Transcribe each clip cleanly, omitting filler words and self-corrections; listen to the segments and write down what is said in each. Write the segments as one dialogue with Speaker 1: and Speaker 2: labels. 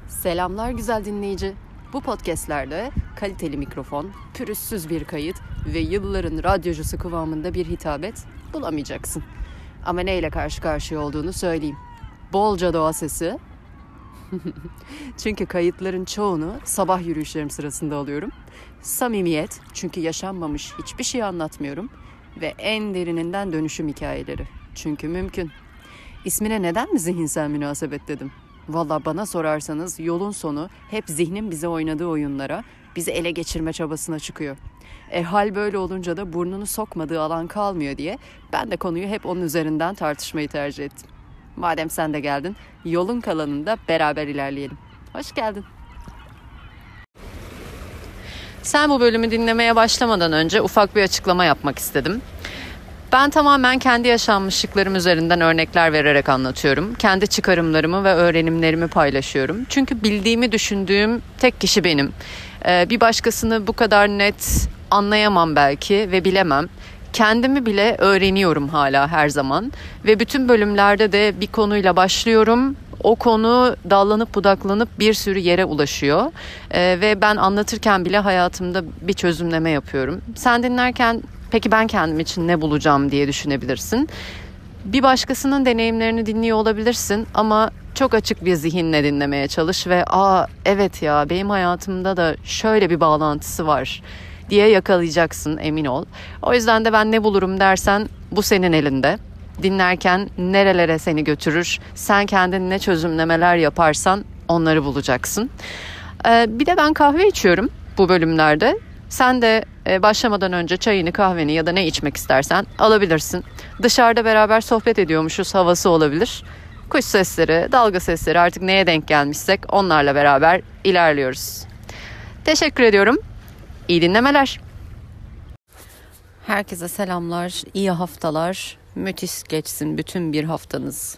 Speaker 1: Selamlar güzel dinleyici. Bu podcastlerde kaliteli mikrofon, pürüzsüz bir kayıt ve yılların radyocusu kıvamında bir hitabet bulamayacaksın. Ama neyle karşı karşıya olduğunu söyleyeyim. Bolca doğa sesi. Çünkü kayıtların çoğunu sabah yürüyüşlerim sırasında alıyorum. Samimiyet, çünkü yaşanmamış hiçbir şey anlatmıyorum. Ve en derininden dönüşüm hikayeleri. Çünkü mümkün. İsmine neden mi zihinsel münasebet dedim? Valla bana sorarsanız yolun sonu hep zihnin bize oynadığı oyunlara, bizi ele geçirme çabasına çıkıyor. Hal böyle olunca da burnunu sokmadığı alan kalmıyor diye ben de konuyu hep onun üzerinden tartışmayı tercih ettim. Madem sen de geldin, yolun kalanında beraber ilerleyelim. Hoş geldin. Sen bu bölümü dinlemeye başlamadan önce ufak bir açıklama yapmak istedim. Ben tamamen kendi yaşanmışlıklarım üzerinden örnekler vererek anlatıyorum. Kendi çıkarımlarımı ve öğrenimlerimi paylaşıyorum. Çünkü bildiğimi düşündüğüm tek kişi benim. Bir başkasını bu kadar net anlayamam belki ve bilemem. Kendimi bile öğreniyorum hala her zaman. Ve bütün bölümlerde de bir konuyla başlıyorum. O konu dallanıp budaklanıp bir sürü yere ulaşıyor. Ve ben anlatırken bile hayatımda bir çözümleme yapıyorum. Sen dinlerken peki ben kendim için ne bulacağım diye düşünebilirsin. Bir başkasının deneyimlerini dinliyor olabilirsin ama çok açık bir zihinle dinlemeye çalış ve evet ya benim hayatımda da şöyle bir bağlantısı var diye yakalayacaksın, emin ol. O yüzden de ben ne bulurum dersen bu senin elinde. Dinlerken nerelere seni götürür, sen kendin ne çözümlemeler yaparsan onları bulacaksın. Bir de ben kahve içiyorum bu bölümlerde. Sen de başlamadan önce çayını, kahveni ya da ne içmek istersen alabilirsin. Dışarıda beraber sohbet ediyormuşuz havası olabilir. Kuş sesleri, dalga sesleri, artık neye denk gelmişsek onlarla beraber ilerliyoruz. Teşekkür ediyorum. İyi dinlemeler. Herkese selamlar, iyi haftalar. Müthiş geçsin bütün bir haftanız.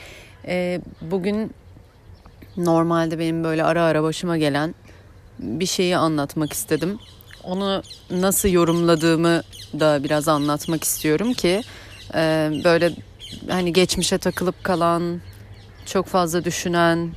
Speaker 1: Bugün normalde benim böyle ara ara başıma gelen bir şeyi anlatmak istedim. Onu nasıl yorumladığımı da biraz anlatmak istiyorum ki böyle hani geçmişe takılıp kalan, çok fazla düşünen,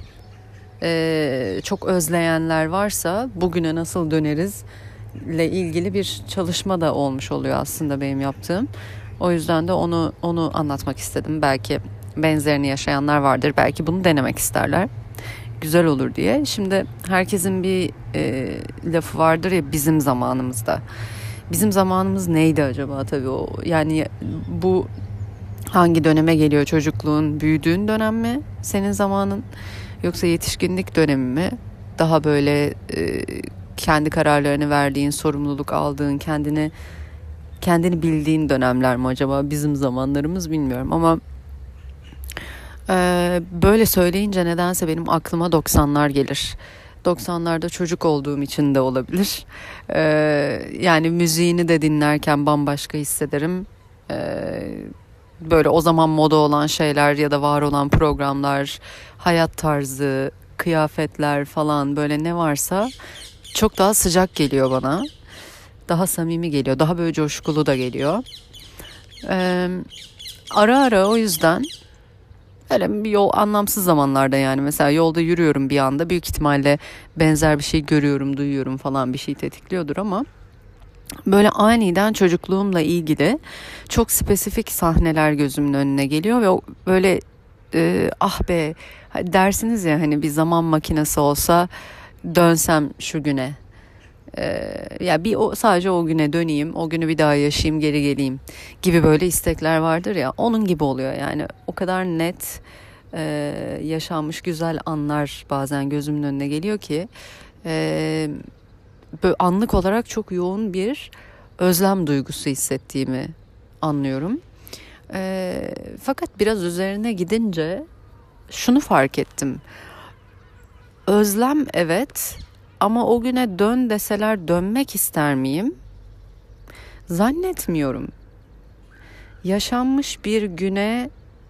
Speaker 1: çok özleyenler varsa bugüne nasıl döneriz ile ilgili bir çalışma da olmuş oluyor aslında benim yaptığım. O yüzden de onu anlatmak istedim. Belki benzerini yaşayanlar vardır. Belki bunu denemek isterler. Güzel olur diye. Şimdi herkesin bir lafı vardır ya, bizim zamanımızda. Bizim zamanımız neydi acaba tabii o? Yani bu hangi döneme geliyor? Çocukluğun, büyüdüğün dönem mi? Senin zamanın? Yoksa yetişkinlik dönemi mi? Daha böyle kendi kararlarını verdiğin, sorumluluk aldığın, kendini bildiğin dönemler mi acaba? Bizim zamanlarımız bilmiyorum ama böyle söyleyince nedense benim aklıma 90'lar gelir. 90'larda çocuk olduğum için de olabilir. Yani müziğini de dinlerken bambaşka hissederim. Böyle o zaman moda olan şeyler ya da var olan programlar, hayat tarzı, kıyafetler falan, böyle ne varsa çok daha sıcak geliyor bana. Daha samimi geliyor. Daha böyle coşkulu da geliyor. Ara ara o yüzden öyle bir yol, anlamsız zamanlarda yani mesela yolda yürüyorum bir anda, büyük ihtimalle benzer bir şey görüyorum, duyuyorum falan, bir şey tetikliyordur ama böyle aniden çocukluğumla ilgili çok spesifik sahneler gözümün önüne geliyor ve böyle ah be dersiniz ya, hani bir zaman makinesi olsa dönsem şu güne. Ya sadece o güne döneyim, o günü bir daha yaşayayım, geri geleyim gibi böyle istekler vardır ya, onun gibi oluyor yani. O kadar net yaşanmış güzel anlar bazen gözümün önüne geliyor ki böyle anlık olarak çok yoğun bir özlem duygusu hissettiğimi anlıyorum. Fakat biraz üzerine gidince şunu fark ettim: özlem evet, ama o güne dön deseler dönmek ister miyim? Zannetmiyorum. Yaşanmış bir güne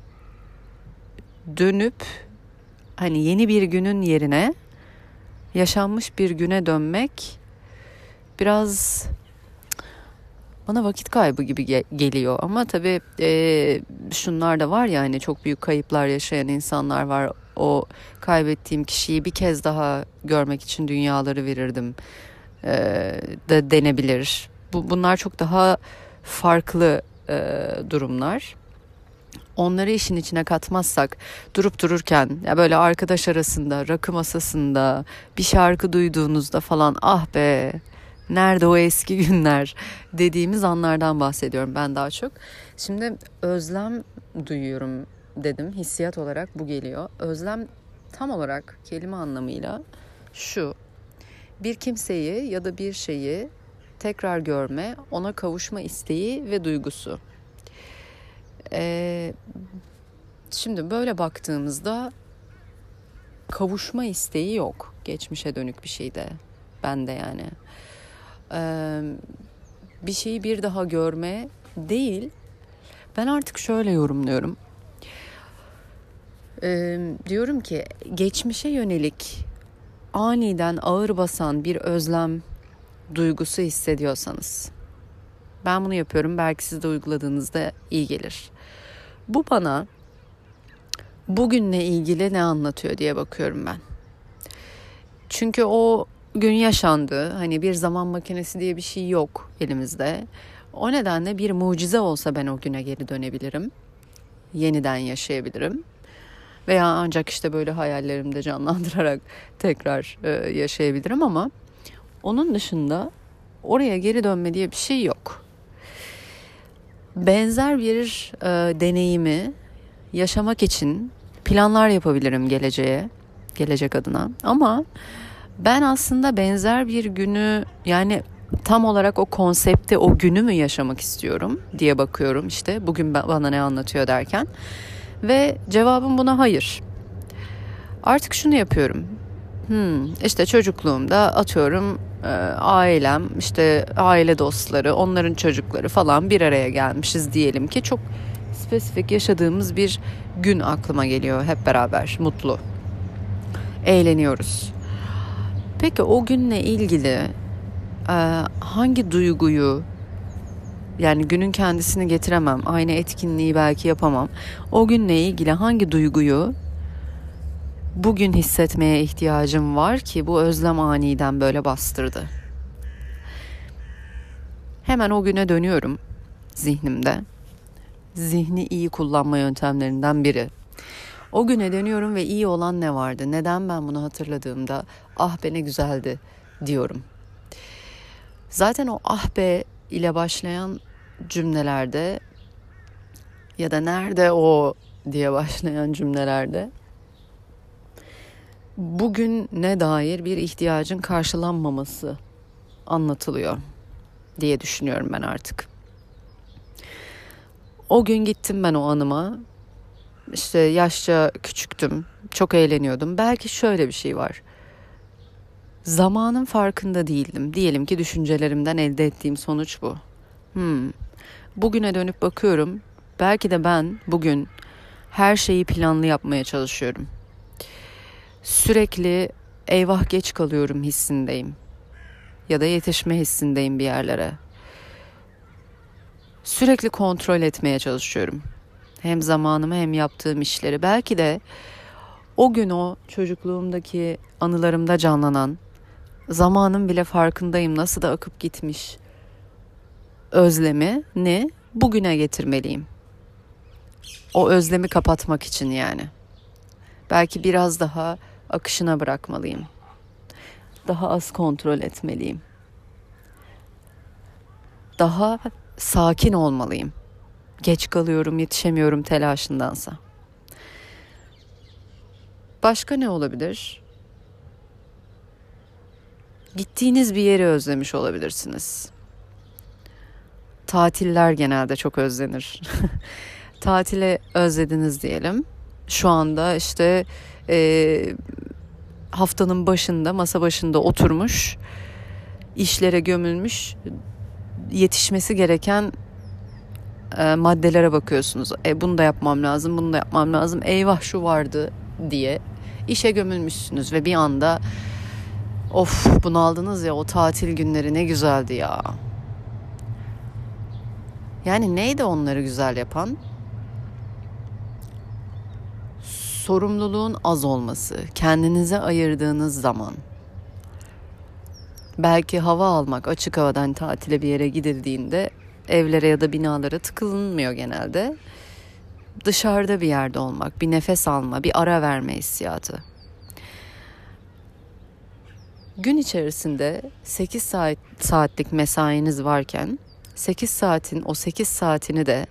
Speaker 1: dönüp hani yeni bir günün yerine yaşanmış bir güne dönmek biraz bana vakit kaybı gibi geliyor. Ama tabii şunlar da var ya, hani çok büyük kayıplar yaşayan insanlar var. o kaybettiğim kişiyi bir kez daha görmek için dünyaları verirdim da denebilir. Bunlar çok daha farklı durumlar. Onları işin içine katmazsak durup dururken ya böyle arkadaş arasında, rakı masasında bir şarkı duyduğunuzda falan ah be nerede o eski günler dediğimiz anlardan bahsediyorum ben daha çok. Şimdi özlem duyuyorum dedim. Hissiyat olarak bu geliyor. Özlem tam olarak kelime anlamıyla şu: bir kimseyi ya da bir şeyi tekrar görme, ona kavuşma isteği ve duygusu. Şimdi böyle baktığımızda kavuşma isteği yok. Geçmişe dönük bir şeyde. Bende yani. Bir şeyi bir daha görme değil. Ben artık şöyle yorumluyorum. Diyorum ki geçmişe yönelik aniden ağır basan bir özlem duygusu hissediyorsanız, ben bunu yapıyorum, belki siz de uyguladığınızda iyi gelir. Bu bana bugünle ilgili ne anlatıyor diye bakıyorum ben. Çünkü o gün yaşandı. Hani bir zaman makinesi diye bir şey yok elimizde. O nedenle bir mucize olsa ben o güne geri dönebilirim. Yeniden yaşayabilirim. Veya ancak işte böyle hayallerimde canlandırarak tekrar yaşayabilirim ama onun dışında oraya geri dönme diye bir şey yok. Benzer bir deneyimi yaşamak için planlar yapabilirim gelecek adına. Ama ben aslında benzer bir günü, yani tam olarak o konsepti, o günü mü yaşamak istiyorum diye bakıyorum işte bugün bana ne anlatıyor derken. Ve cevabım buna hayır. Artık şunu yapıyorum. İşte çocukluğumda atıyorum ailem, işte aile dostları, onların çocukları falan bir araya gelmişiz diyelim ki, çok spesifik yaşadığımız bir gün aklıma geliyor, hep beraber mutlu eğleniyoruz. Peki o günle ilgili hangi duyguyu, yani günün kendisini getiremem, aynı etkinliği belki yapamam, o günle ilgili hangi duyguyu bugün hissetmeye ihtiyacım var ki bu özlem aniden böyle bastırdı? Hemen o güne dönüyorum zihnimde. Zihni iyi kullanma yöntemlerinden biri. O güne dönüyorum ve iyi olan ne vardı? Neden ben bunu hatırladığımda ah be ne güzeldi diyorum. Zaten o ah be ile başlayan cümlelerde ya da nerede o diye başlayan cümlelerde bugün ne dair bir ihtiyacın karşılanmaması anlatılıyor diye düşünüyorum ben artık. O gün gittim ben o anıma. İşte yaşça küçüktüm, çok eğleniyordum. Belki şöyle bir şey var. Zamanın farkında değildim. Diyelim ki düşüncelerimden elde ettiğim sonuç bu. Bugüne dönüp bakıyorum. Belki de ben bugün her şeyi planlı yapmaya çalışıyorum. Sürekli eyvah geç kalıyorum hissindeyim. Ya da yetişme hissindeyim bir yerlere. Sürekli kontrol etmeye çalışıyorum. Hem zamanımı hem yaptığım işleri. Belki de o gün o çocukluğumdaki anılarımda canlanan, zamanın bile farkındayım nasıl da akıp gitmiş özlemi ne bugüne getirmeliyim. O özlemi kapatmak için yani. Belki biraz daha akışına bırakmalıyım. Daha az kontrol etmeliyim. Daha sakin olmalıyım. Geç kalıyorum, yetişemiyorum telaşındansa. Başka ne olabilir? Gittiğiniz bir yeri özlemiş olabilirsiniz. Tatiller genelde çok özlenir. Tatile özlediniz diyelim. Şu anda işte haftanın başında, masa başında oturmuş, işlere gömülmüş, yetişmesi gereken maddelere bakıyorsunuz. Bunu da yapmam lazım, bunu da yapmam lazım. Eyvah şu vardı diye işe gömülmüşsünüz ve bir anda of bunaldınız ya, o tatil günleri ne güzeldi ya. Yani neydi onları güzel yapan? sorumluluğun az olması, kendinize ayırdığınız zaman, belki hava almak, açık havadan tatile bir yere gidildiğinde evlere ya da binalara tıkılınmıyor genelde. Dışarıda bir yerde olmak, bir nefes alma, bir ara verme hissiyatı. Gün içerisinde 8 saatlik mesainiz varken 8 saatin o 8 saatini de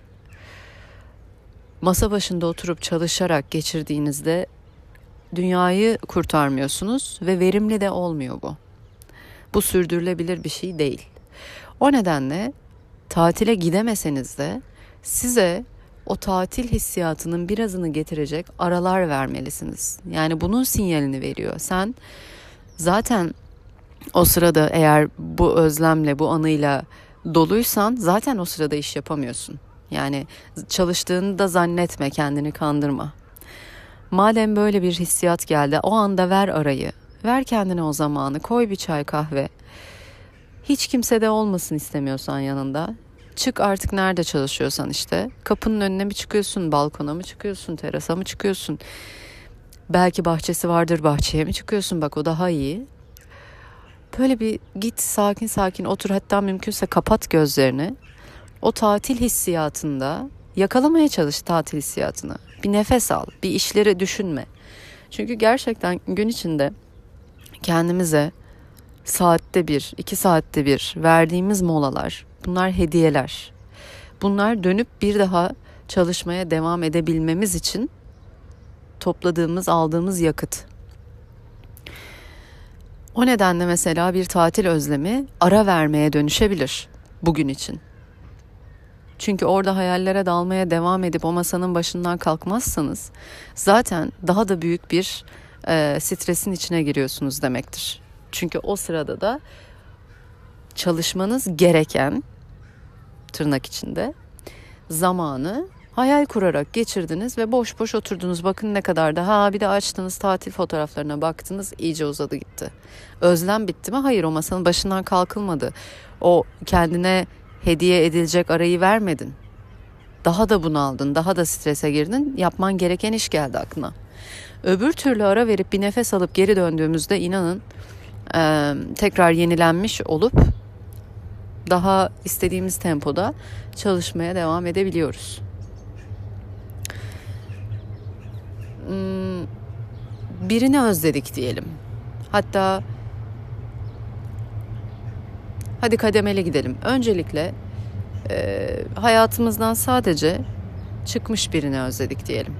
Speaker 1: masa başında oturup çalışarak geçirdiğinizde dünyayı kurtarmıyorsunuz ve verimli de olmuyor bu. Bu sürdürülebilir bir şey değil. O nedenle tatile gidemeseniz de size o tatil hissiyatının birazını getirecek aralar vermelisiniz. Yani bunun sinyalini veriyor. Sen zaten o sırada eğer bu özlemle, bu anıyla doluysan zaten o sırada iş yapamıyorsun. Yani çalıştığını da zannetme, kendini kandırma. Madem böyle bir hissiyat geldi, o anda ver arayı. Ver kendine o zamanı, koy bir çay kahve. Hiç kimse de olmasın istemiyorsan yanında. Çık artık nerede çalışıyorsan işte. Kapının önüne mi çıkıyorsun, balkona mı çıkıyorsun, terasa mı çıkıyorsun? Belki bahçesi vardır, bahçeye mi çıkıyorsun? Bak o daha iyi. Böyle bir git sakin sakin otur, hatta mümkünse kapat gözlerini. O tatil hissiyatında yakalamaya çalış tatil hissiyatını. Bir nefes al, bir işleri düşünme. Çünkü gerçekten gün içinde kendimize saatte bir, 2 saatte bir verdiğimiz molalar, bunlar hediyeler. Bunlar dönüp bir daha çalışmaya devam edebilmemiz için topladığımız, aldığımız yakıt. O nedenle mesela bir tatil özlemi ara vermeye dönüşebilir bugün için. Çünkü orada hayallere dalmaya devam edip o masanın başından kalkmazsanız zaten daha da büyük bir stresin içine giriyorsunuz demektir. Çünkü o sırada da çalışmanız gereken, tırnak içinde, zamanı hayal kurarak geçirdiniz ve boş boş oturdunuz. Bakın ne kadar da bir de açtınız tatil fotoğraflarına baktınız, iyice uzadı gitti. Özlem bitti mi? Hayır, o masanın başından kalkılmadı. O kendine hediye edilecek arayı vermedin. Daha da bunaldın, daha da strese girdin. Yapman gereken iş geldi aklına. Öbür türlü ara verip bir nefes alıp geri döndüğümüzde inanın tekrar yenilenmiş olup daha istediğimiz tempoda çalışmaya devam edebiliyoruz. Birini özledik diyelim. Hatta hadi kademeli gidelim. Öncelikle hayatımızdan sadece çıkmış birini özledik diyelim.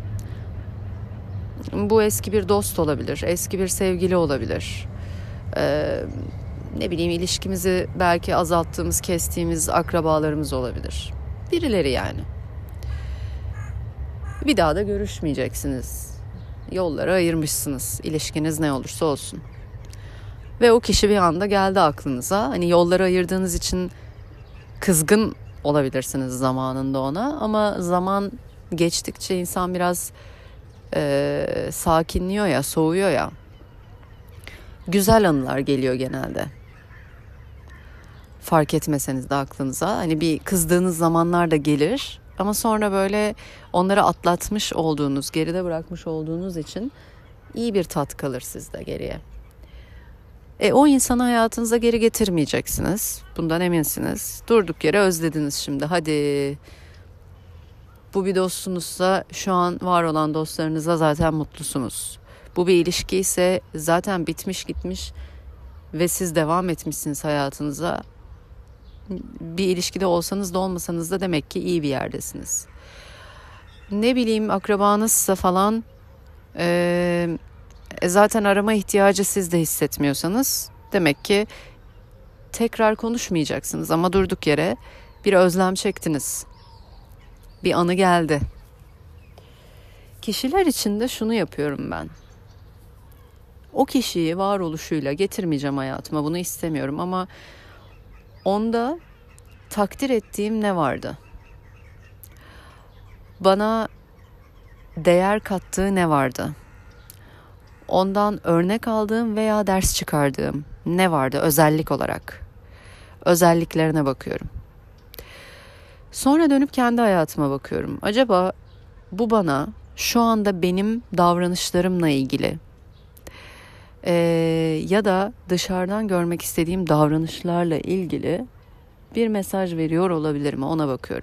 Speaker 1: Bu eski bir dost olabilir, eski bir sevgili olabilir. Ne bileyim, ilişkimizi belki azalttığımız, kestiğimiz akrabalarımız olabilir. Birileri yani. Bir daha da görüşmeyeceksiniz. Yolları ayırmışsınız. İlişkiniz ne olursa olsun. Ve o kişi bir anda geldi aklınıza. Hani yolları ayırdığınız için kızgın olabilirsiniz zamanında ona. Ama zaman geçtikçe insan biraz sakinliyor ya, soğuyor ya. Güzel anılar geliyor genelde. Fark etmeseniz de aklınıza. Hani bir kızdığınız zamanlar da gelir. Ama sonra böyle onları atlatmış olduğunuz, geride bırakmış olduğunuz için iyi bir tat kalır sizde geriye. O insanı hayatınıza geri getirmeyeceksiniz. Bundan eminsiniz. Durduk yere özlediniz şimdi. Hadi. Bu bir dostunuzsa şu an var olan dostlarınızla zaten mutlusunuz. Bu bir ilişki ise zaten bitmiş gitmiş ve siz devam etmişsiniz hayatınıza. Bir ilişkide olsanız da olmasanız da demek ki iyi bir yerdesiniz. Ne bileyim, akrabanızsa falan zaten arama ihtiyacı siz de hissetmiyorsanız demek ki tekrar konuşmayacaksınız ama durduk yere bir özlem çektiniz. Bir anı geldi. Kişiler için de şunu yapıyorum ben. O kişiyi varoluşuyla getirmeyeceğim hayatıma, bunu istemiyorum ama onda takdir ettiğim ne vardı? Bana değer kattığı ne vardı? Ondan örnek aldığım veya ders çıkardığım ne vardı özellik olarak? Özelliklerine bakıyorum. Sonra dönüp kendi hayatıma bakıyorum. Acaba bu bana şu anda benim davranışlarımla ilgili ya da dışarıdan görmek istediğim davranışlarla ilgili bir mesaj veriyor olabilir mi? Ona bakıyorum.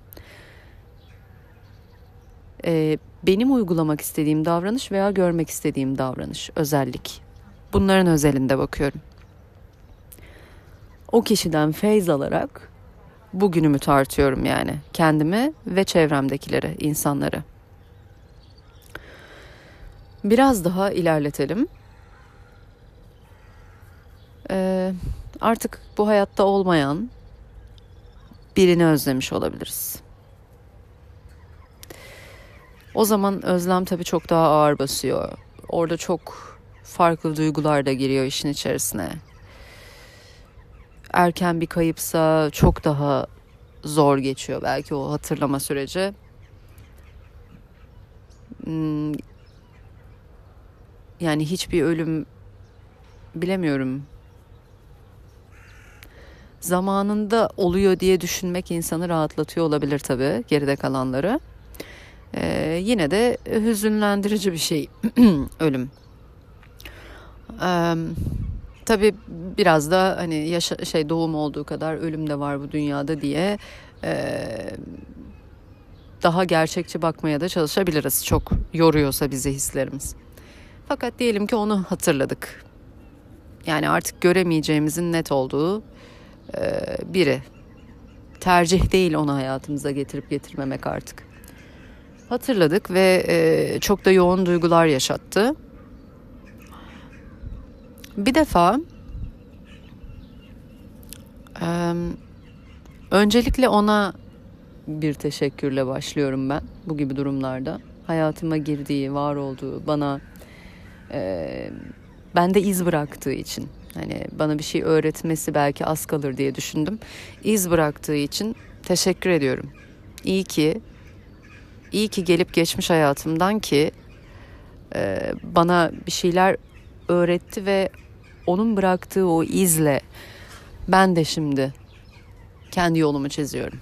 Speaker 1: Benim uygulamak istediğim davranış veya görmek istediğim davranış, özellik. Bunların özelinde bakıyorum. O kişiden feyz alarak bugünümü tartıyorum yani. Kendimi ve çevremdekileri, insanları. Biraz daha ilerletelim. Artık bu hayatta olmayan birini özlemiş olabiliriz. O zaman özlem tabii çok daha ağır basıyor. Orada çok farklı duygular da giriyor işin içerisine. Erken bir kayıpsa çok daha zor geçiyor belki o hatırlama süreci. Yani hiçbir ölüm bilemiyorum. Zamanında oluyor diye düşünmek insanı rahatlatıyor olabilir tabii, geride kalanları. Yine de hüzünlendirici bir şey ölüm. Tabii biraz da hani doğum olduğu kadar ölüm de var bu dünyada diye daha gerçekçi bakmaya da çalışabiliriz. Çok yoruyorsa bizi hislerimiz. Fakat diyelim ki onu hatırladık. Yani artık göremeyeceğimizin net olduğu biri. Tercih değil onu hayatımıza getirip getirmemek artık. Hatırladık ve çok da yoğun duygular yaşattı. Bir defa öncelikle ona bir teşekkürle başlıyorum ben bu gibi durumlarda. Hayatıma girdiği, var olduğu, bana bende iz bıraktığı için. Hani bana bir şey öğretmesi belki az kalır diye düşündüm. İz bıraktığı için teşekkür ediyorum. İyi ki gelip geçmiş hayatımdan ki bana bir şeyler öğretti ve onun bıraktığı o izle ben de şimdi kendi yolumu çiziyorum.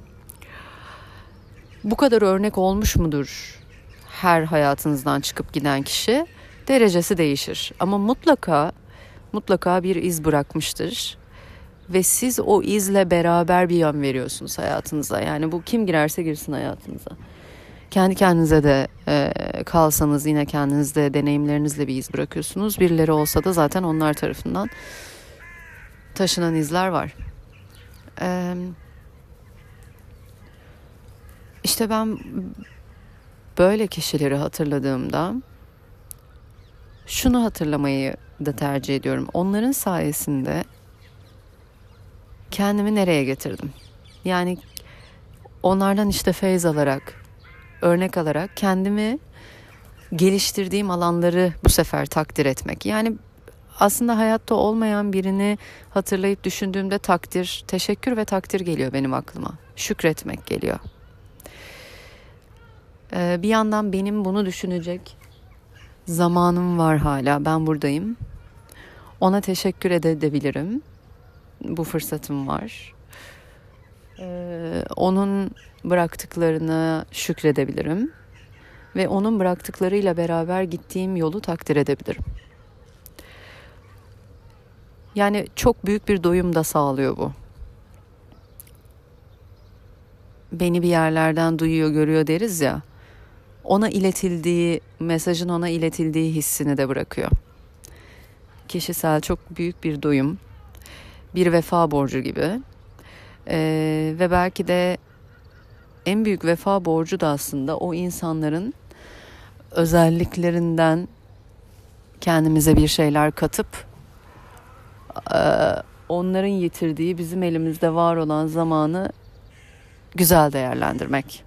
Speaker 1: Bu kadar örnek olmuş mudur her hayatınızdan çıkıp giden kişi? Derecesi değişir ama mutlaka bir iz bırakmıştır. Ve siz o izle beraber bir yön veriyorsunuz hayatınıza. Yani bu kim girerse girsin hayatınıza. Kendi kendinize de kalsanız yine kendinizde deneyimlerinizle bir iz bırakıyorsunuz. Birileri olsa da zaten onlar tarafından taşınan izler var. İşte ben böyle kişileri hatırladığımda şunu hatırlamayı da tercih ediyorum. Onların sayesinde kendimi nereye getirdim? Yani onlardan işte feyz alarak, örnek alarak kendimi geliştirdiğim alanları bu sefer takdir etmek. Yani aslında hayatta olmayan birini hatırlayıp düşündüğümde teşekkür ve takdir geliyor benim aklıma. Şükretmek geliyor. Bir yandan benim bunu düşünecek zamanım var hala. Ben buradayım. Ona teşekkür edebilirim. Bu fırsatım var. Onun bıraktıklarına şükredebilirim. Ve onun bıraktıklarıyla beraber gittiğim yolu takdir edebilirim. Yani çok büyük bir doyum da sağlıyor bu. Beni bir yerlerden duyuyor, görüyor deriz ya. Mesajın ona iletildiği hissini de bırakıyor. Kişisel çok büyük bir doyum. Bir vefa borcu gibi. Ve belki de en büyük vefa borcu da aslında o insanların özelliklerinden kendimize bir şeyler katıp onların yitirdiği bizim elimizde var olan zamanı güzel değerlendirmek.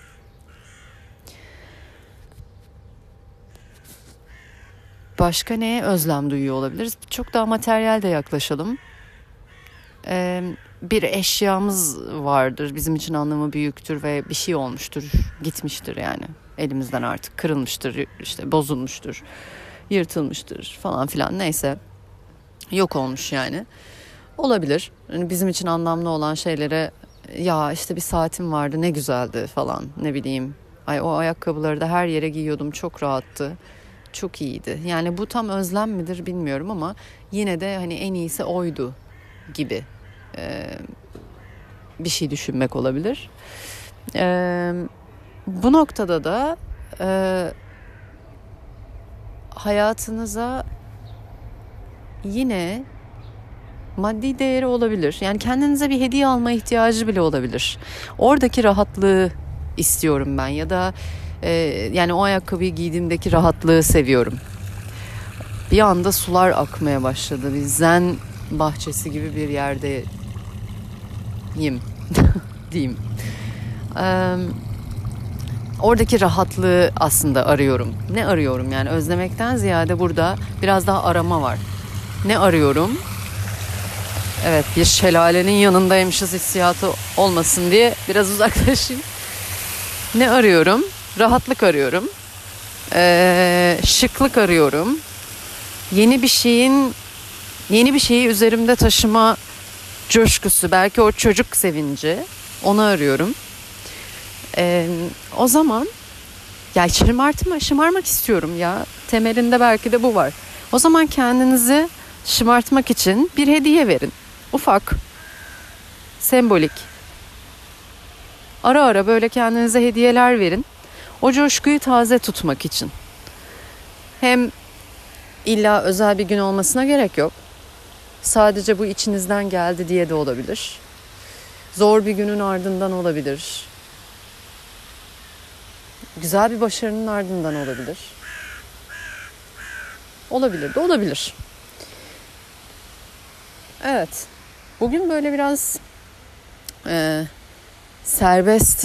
Speaker 1: Başka neye özlem duyuyor olabiliriz? Çok daha materyal de yaklaşalım. Bir eşyamız vardır. Bizim için anlamı büyüktür ve bir şey olmuştur. Gitmiştir yani. Elimizden artık kırılmıştır, işte bozulmuştur, yırtılmıştır falan filan neyse. Yok olmuş yani. Olabilir. Yani bizim için anlamlı olan şeylere ya işte bir saatim vardı ne güzeldi falan ne bileyim. Ay, o ayakkabıları da her yere giyiyordum. Çok rahattı. Çok iyiydi. Yani bu tam özlem midir bilmiyorum ama yine de hani en iyisi oydu gibi bir şey düşünmek olabilir. Bu noktada da hayatınıza yine maddi değeri olabilir. Yani kendinize bir hediye alma ihtiyacı bile olabilir. Oradaki rahatlığı istiyorum ben ya da yani o ayakkabıyı giydiğimdeki rahatlığı seviyorum. Bir anda sular akmaya başladı. Bir zen bahçesi gibi bir yerdeyim diyeyim. Oradaki rahatlığı aslında arıyorum. Ne arıyorum yani özlemekten ziyade burada biraz daha arama var. Ne arıyorum? Evet, bir şelalenin yanındaymışız hissiyatı olmasın diye biraz uzaklaşayım. Ne arıyorum? Rahatlık arıyorum. Şıklık arıyorum. Yeni bir şeyi üzerimde taşıma coşkusu, belki o çocuk sevinci, onu arıyorum. O zaman ya şımarmak istiyorum ya. Temelinde belki de bu var. O zaman kendinizi şımartmak için bir hediye verin. Ufak, sembolik. Ara ara böyle kendinize hediyeler verin. O coşkuyu taze tutmak için. Hem illa özel bir gün olmasına gerek yok. Sadece bu içinizden geldi diye de olabilir. Zor bir günün ardından olabilir. Güzel bir başarının ardından olabilir. Olabilir de olabilir. Evet. Bugün böyle biraz serbest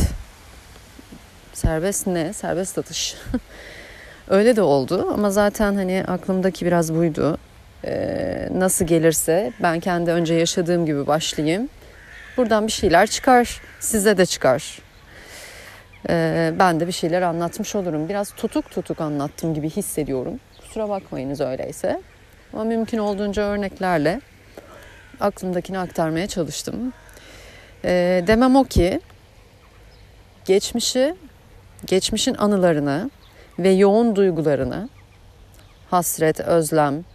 Speaker 1: atış. Öyle de oldu ama zaten hani aklımdaki biraz buydu. Nasıl gelirse ben kendi önce yaşadığım gibi başlayayım. Buradan bir şeyler çıkar. Size de çıkar. Ben de bir şeyler anlatmış olurum. Biraz tutuk anlattım gibi hissediyorum. Kusura bakmayınız öyleyse. Ama mümkün olduğunca örneklerle aklımdakini aktarmaya çalıştım. Demem o ki geçmişin anılarını ve yoğun duygularını, hasret, özlem,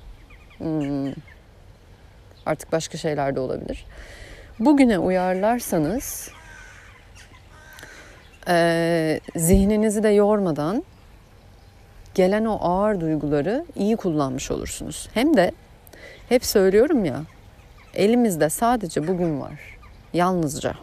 Speaker 1: artık başka şeyler de olabilir, bugüne uyarlarsanız zihninizi de yormadan gelen o ağır duyguları iyi kullanmış olursunuz. Hem de hep söylüyorum ya, elimizde sadece bugün var. Yalnızca.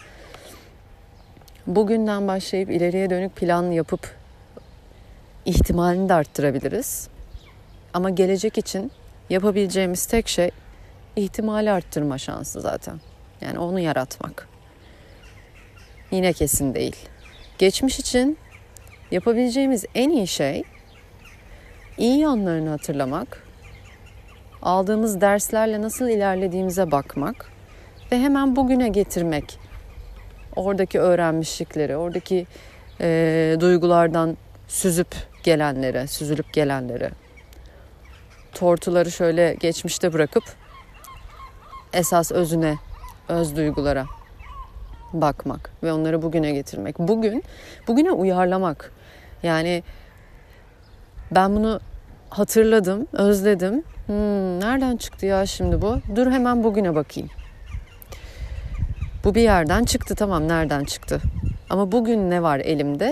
Speaker 1: Bugünden başlayıp ileriye dönük plan yapıp ihtimalini de arttırabiliriz. Ama gelecek için yapabileceğimiz tek şey ihtimali arttırma şansı zaten. Yani onu yaratmak. Yine kesin değil. Geçmiş için yapabileceğimiz en iyi şey iyi yanlarını hatırlamak, aldığımız derslerle nasıl ilerlediğimize bakmak ve hemen bugüne getirmek. Oradaki öğrenmişlikleri, oradaki duygulardan süzülüp gelenleri, tortuları şöyle geçmişte bırakıp esas öz duygulara bakmak ve onları bugüne getirmek. Bugüne uyarlamak. Yani ben bunu hatırladım, özledim. Nereden çıktı ya şimdi bu? Dur hemen bugüne bakayım. Bu bir yerden çıktı, tamam, nereden çıktı? Ama bugün ne var elimde?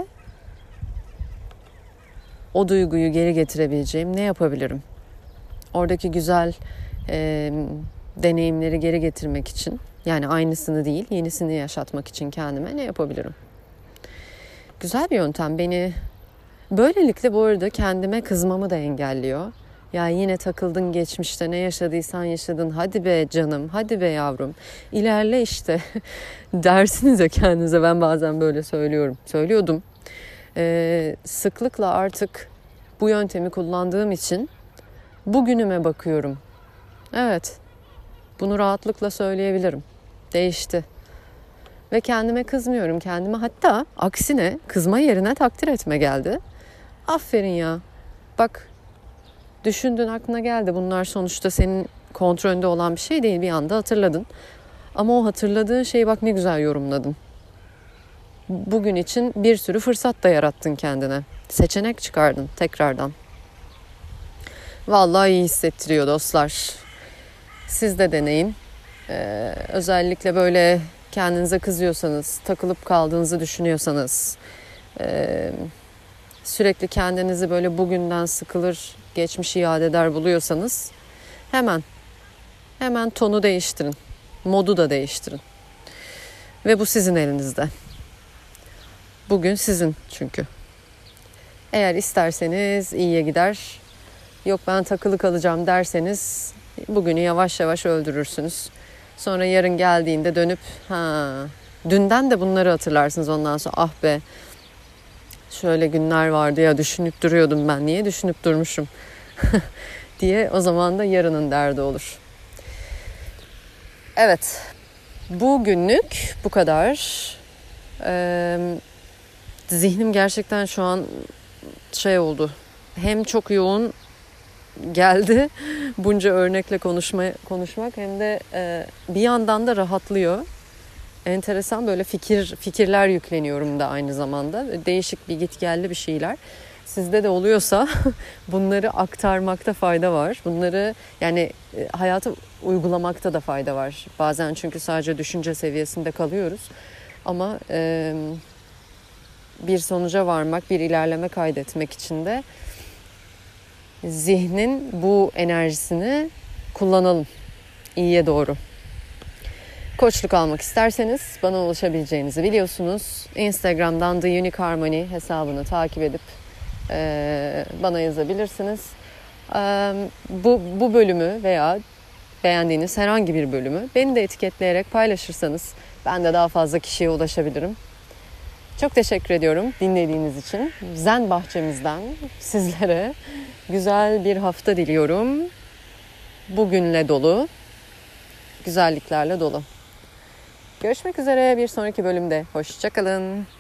Speaker 1: O duyguyu geri getirebileceğim ne yapabilirim? Oradaki güzel deneyimleri geri getirmek için, yani aynısını değil, yenisini yaşatmak için kendime ne yapabilirim? Güzel bir yöntem. Beni böylelikle bu arada kendime kızmamı da engelliyor. Ya yine takıldın geçmişte, ne yaşadıysan yaşadın. Hadi be canım, hadi be yavrum. İlerle işte dersiniz ya kendinize. Ben bazen böyle söylüyordum. Sıklıkla artık bu yöntemi kullandığım için bugünüme bakıyorum. Evet, bunu rahatlıkla söyleyebilirim. Değişti. Ve kendime kızmıyorum. Kendime hatta aksine kızma yerine takdir etme geldi. Aferin ya. Bak, düşündün, aklına geldi. Bunlar sonuçta senin kontrolünde olan bir şey değil. Bir anda hatırladın. Ama o hatırladığın şeyi bak ne güzel yorumladın. bugün için bir sürü fırsat da yarattın kendine. Seçenek çıkardın tekrardan. Vallahi iyi hissettiriyor dostlar. Siz de deneyin. Özellikle böyle kendinize kızıyorsanız, takılıp kaldığınızı düşünüyorsanız, sürekli kendinizi böyle bugünden sıkılır, geçmişi yad eder buluyorsanız hemen tonu değiştirin. Modu da değiştirin. Ve bu sizin elinizde. Bugün sizin çünkü. Eğer isterseniz iyiye gider. Yok ben takılı kalacağım derseniz bugünü yavaş yavaş öldürürsünüz. Sonra yarın geldiğinde dönüp dünden de bunları hatırlarsınız ondan sonra. Ah be, şöyle günler vardı ya, düşünüp duruyordum ben. Niye düşünüp durmuşum diye, o zaman da yarının derdi olur. Evet, bugünlük bu kadar. Zihnim gerçekten şu an oldu. Hem çok yoğun geldi bunca örnekle konuşmak, hem de bir yandan da rahatlıyor. Enteresan, böyle fikirler yükleniyorum da aynı zamanda. Değişik bir gitgelli bir şeyler. Sizde de oluyorsa bunları aktarmakta fayda var. Bunları yani hayata uygulamakta da fayda var. Bazen çünkü sadece düşünce seviyesinde kalıyoruz. Ama bir sonuca varmak, bir ilerleme kaydetmek için de zihnin bu enerjisini kullanalım iyiye doğru. Koçluk almak isterseniz bana ulaşabileceğinizi biliyorsunuz. Instagram'dan The Unique Harmony hesabını takip edip bana yazabilirsiniz. Bu bölümü veya beğendiğiniz herhangi bir bölümü beni de etiketleyerek paylaşırsanız ben de daha fazla kişiye ulaşabilirim. Çok teşekkür ediyorum dinlediğiniz için. Zen bahçemizden sizlere güzel bir hafta diliyorum. Bugünle dolu, güzelliklerle dolu. Görüşmek üzere bir sonraki bölümde. Hoşça kalın.